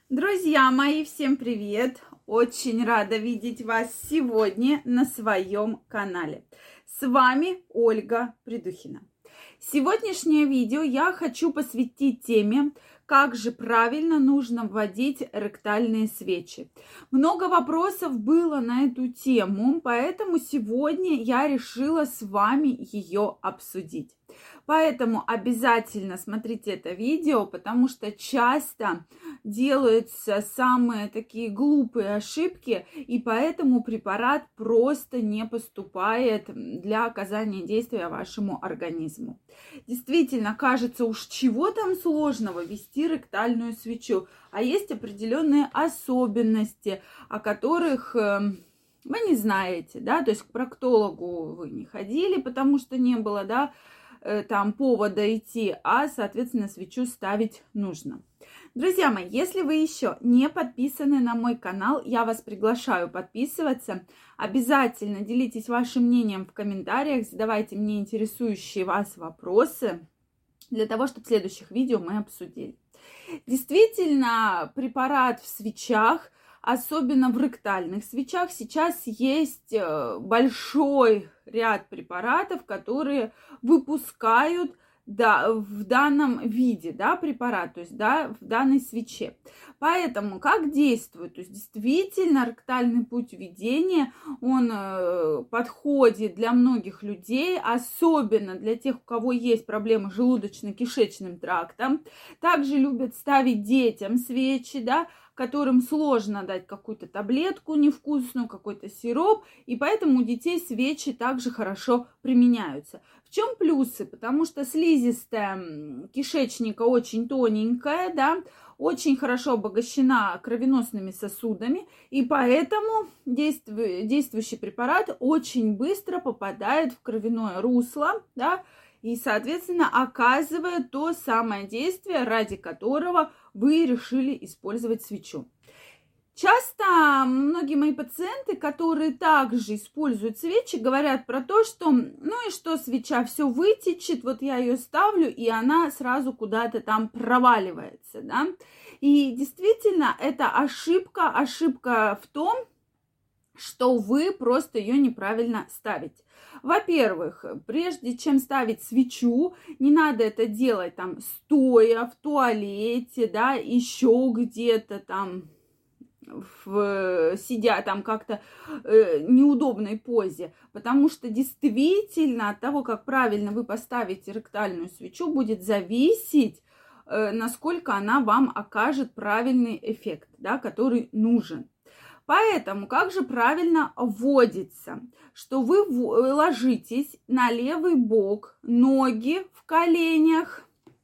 Друзья мои, всем привет! Очень рада видеть вас сегодня на своем канале. С вами Ольга Придухина. Сегодняшнее видео я хочу посвятить теме, как же правильно нужно вводить ректальные свечи. Много вопросов было на эту тему, поэтому сегодня я решила с вами ее обсудить. Поэтому обязательно смотрите это видео, потому что часто делаются самые такие глупые ошибки, и поэтому препарат просто не поступает для оказания действия вашему организму. Действительно, кажется, уж чего там сложного вести ректальную свечу, а есть определенные особенности, о которых вы не знаете, да, то есть к проктологу вы не ходили, потому что не было, да, там повода идти, а, соответственно, свечу ставить нужно. Друзья мои, если вы еще не подписаны на мой канал, я вас приглашаю подписываться. Обязательно делитесь вашим мнением в комментариях, задавайте мне интересующие вас вопросы, для того, чтобы в следующих видео мы обсудили. Действительно, препарат в свечах, особенно в ректальных свечах, сейчас есть большой ряд препаратов, которые выпускают в данном виде, да, препарат, то есть, да, в данной свече. Поэтому как действует? То есть, действительно, ректальный путь введения, он подходит для многих людей, особенно для тех, у кого есть проблемы с желудочно-кишечным трактом. Также любят ставить детям свечи, да, которым сложно дать какую-то таблетку невкусную, какой-то сироп, и поэтому у детей свечи также хорошо применяются. В чем плюсы? Потому что слизистая кишечника очень тоненькая, да, очень хорошо обогащена кровеносными сосудами, и поэтому действующий препарат очень быстро попадает в кровяное русло, да, и, соответственно, оказывает то самое действие, ради которого вы решили использовать свечу. Часто многие мои пациенты, которые также используют свечи, говорят про то, что, ну и что, свеча все вытечет, вот я ее ставлю, и она сразу куда-то там проваливается, да. И действительно, это ошибка в том, что вы просто ее неправильно ставите. Во-первых, прежде чем ставить свечу, не надо это делать там стоя в туалете, да, еще где-то там, сидя там как-то неудобной позе, потому что действительно от того, как правильно вы поставите ректальную свечу, будет зависеть, насколько она вам окажет правильный эффект, да, который нужен. Поэтому как же правильно вводится? Что вы ложитесь на левый бок, ноги в коленях,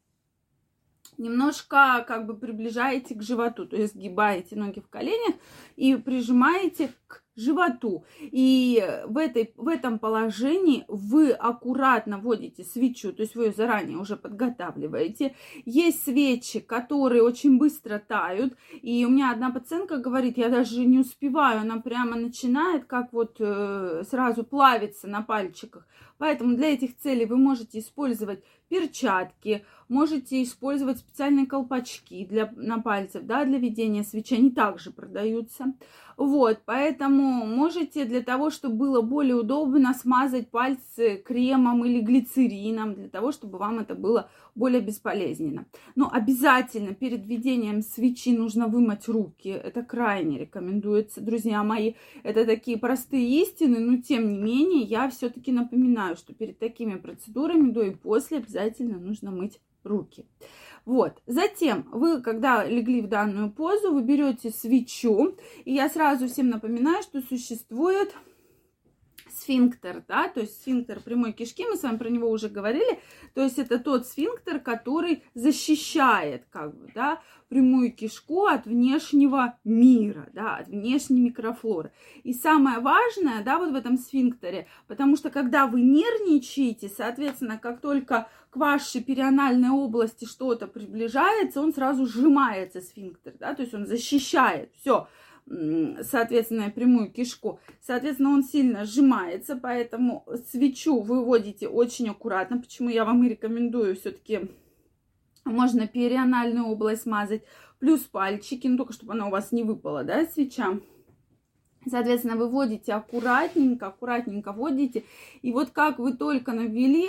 немножко как бы приближаете к животу, то есть сгибаете ноги в коленях и прижимаете к животу. И в этом положении вы аккуратно вводите свечу, то есть вы ее заранее уже подготавливаете. Есть свечи, которые очень быстро тают, и у меня одна пациентка говорит, я даже не успеваю, она прямо начинает как вот сразу плавиться на пальчиках. Поэтому для этих целей вы можете использовать перчатки, можете использовать специальные колпачки на пальцах, да, для ведения свечи, они также продаются. Вот, поэтому можете для того, чтобы было более удобно, смазать пальцы кремом или глицерином, для того, чтобы вам это было более безболезненно. Но обязательно перед введением свечи нужно вымыть руки, это крайне рекомендуется, друзья мои. Это такие простые истины, но тем не менее я все-таки напоминаю, что перед такими процедурами до и после обязательно нужно мыть руки. Вот. Затем вы, когда легли в данную позу, вы берете свечу. И я сразу всем напоминаю, что существует сфинктер, да, то есть сфинктер прямой кишки, мы с вами про него уже говорили, то есть это тот сфинктер, который защищает, как бы, да, прямую кишку от внешнего мира, да, от внешней микрофлоры. И самое важное, да, вот в этом сфинктере, потому что когда вы нервничаете, соответственно, как только к вашей перианальной области что-то приближается, он сразу сжимается, сфинктер, да, то есть он защищает все, соответственно, прямую кишку. Соответственно, он сильно сжимается, поэтому свечу вы вводите очень аккуратно. Почему я вам и рекомендую все-таки, можно перианальную область смазать. плюс пальчики, ну, только чтобы она у вас не выпала, да, свеча. Соответственно, вы вводите аккуратненько, аккуратненько вводите. И вот как вы только навели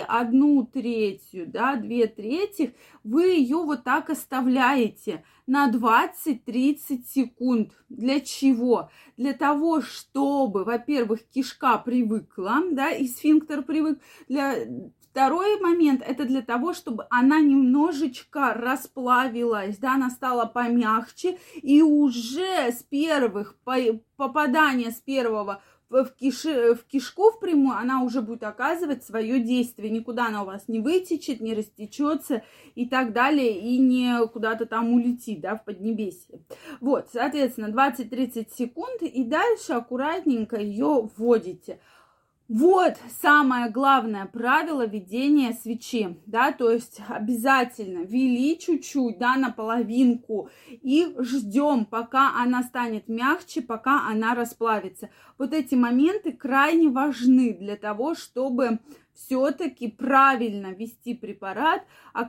1/3, да, 2/3, вы ее вот так оставляете на 20-30 секунд. Для чего? Для того, чтобы, во-первых, кишка привыкла, да, и сфинктер привык. Второй момент, это для того, чтобы она немножечко расплавилась, да, она стала помягче, и уже с первых попадания с первого в кишку впрямую, она уже будет оказывать свое действие. Никуда она у вас не вытечет, не растечется и так далее, и не куда-то там улетит, да, в поднебесье. Вот, соответственно, 20-30 секунд, и дальше аккуратненько ее вводите. Вот самое главное правило ведения свечи, да, то есть обязательно вели чуть-чуть, да, на половинку и ждем, пока она станет мягче, пока она расплавится. Вот эти моменты крайне важны для того, чтобы все-таки правильно ввести препарат,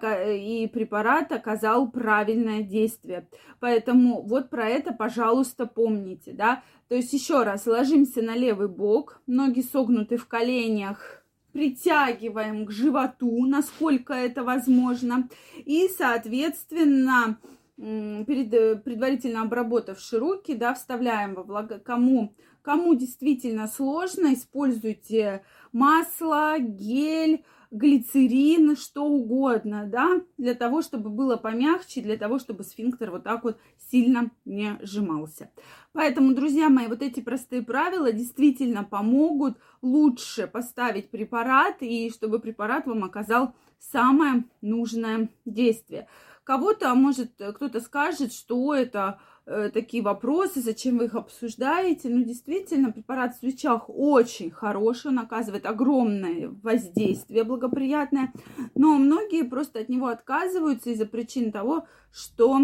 и препарат оказал правильное действие. Поэтому вот про это, пожалуйста, помните, да. То есть еще раз ложимся на левый бок, ноги согнуты в коленях, притягиваем к животу, насколько это возможно. И, соответственно, предварительно обработавши руки, да, вставляем во влагалище. Кому действительно сложно, используйте масло, гель, глицерин, что угодно, да, для того, чтобы было помягче, для того, чтобы сфинктер вот так вот сильно не сжимался. Поэтому, друзья мои, вот эти простые правила действительно помогут лучше поставить препарат, и чтобы препарат вам оказал самое нужное действие. Кого-то, может, кто-то скажет, что это такие вопросы, зачем вы их обсуждаете. Ну, действительно, препарат в свечах очень хороший, он оказывает огромное воздействие благоприятное, но многие просто от него отказываются из-за причин того, что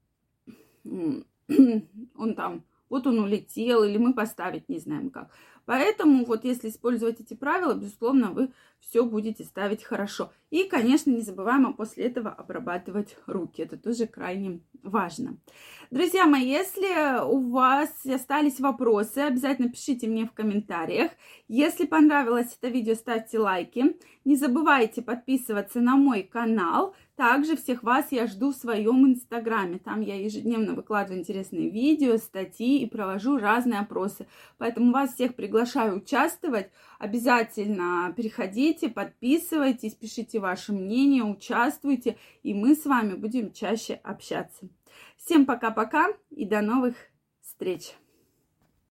он там, вот он улетел, или мы поставить не знаем как. Поэтому вот если использовать эти правила, безусловно, вы все будете ставить хорошо. И, конечно, не забываем после этого обрабатывать руки. Это тоже крайне важно. Друзья мои, если у вас остались вопросы, обязательно пишите мне в комментариях. Если понравилось это видео, ставьте лайки. Не забывайте подписываться на мой канал. Также всех вас я жду в своем инстаграме. Там я ежедневно выкладываю интересные видео, статьи и провожу разные опросы. Поэтому вас всех приглашаю участвовать. Обязательно переходите, подписывайтесь, пишите ваше мнение, участвуйте. И мы с вами будем чаще общаться. Всем пока-пока и до новых встреч!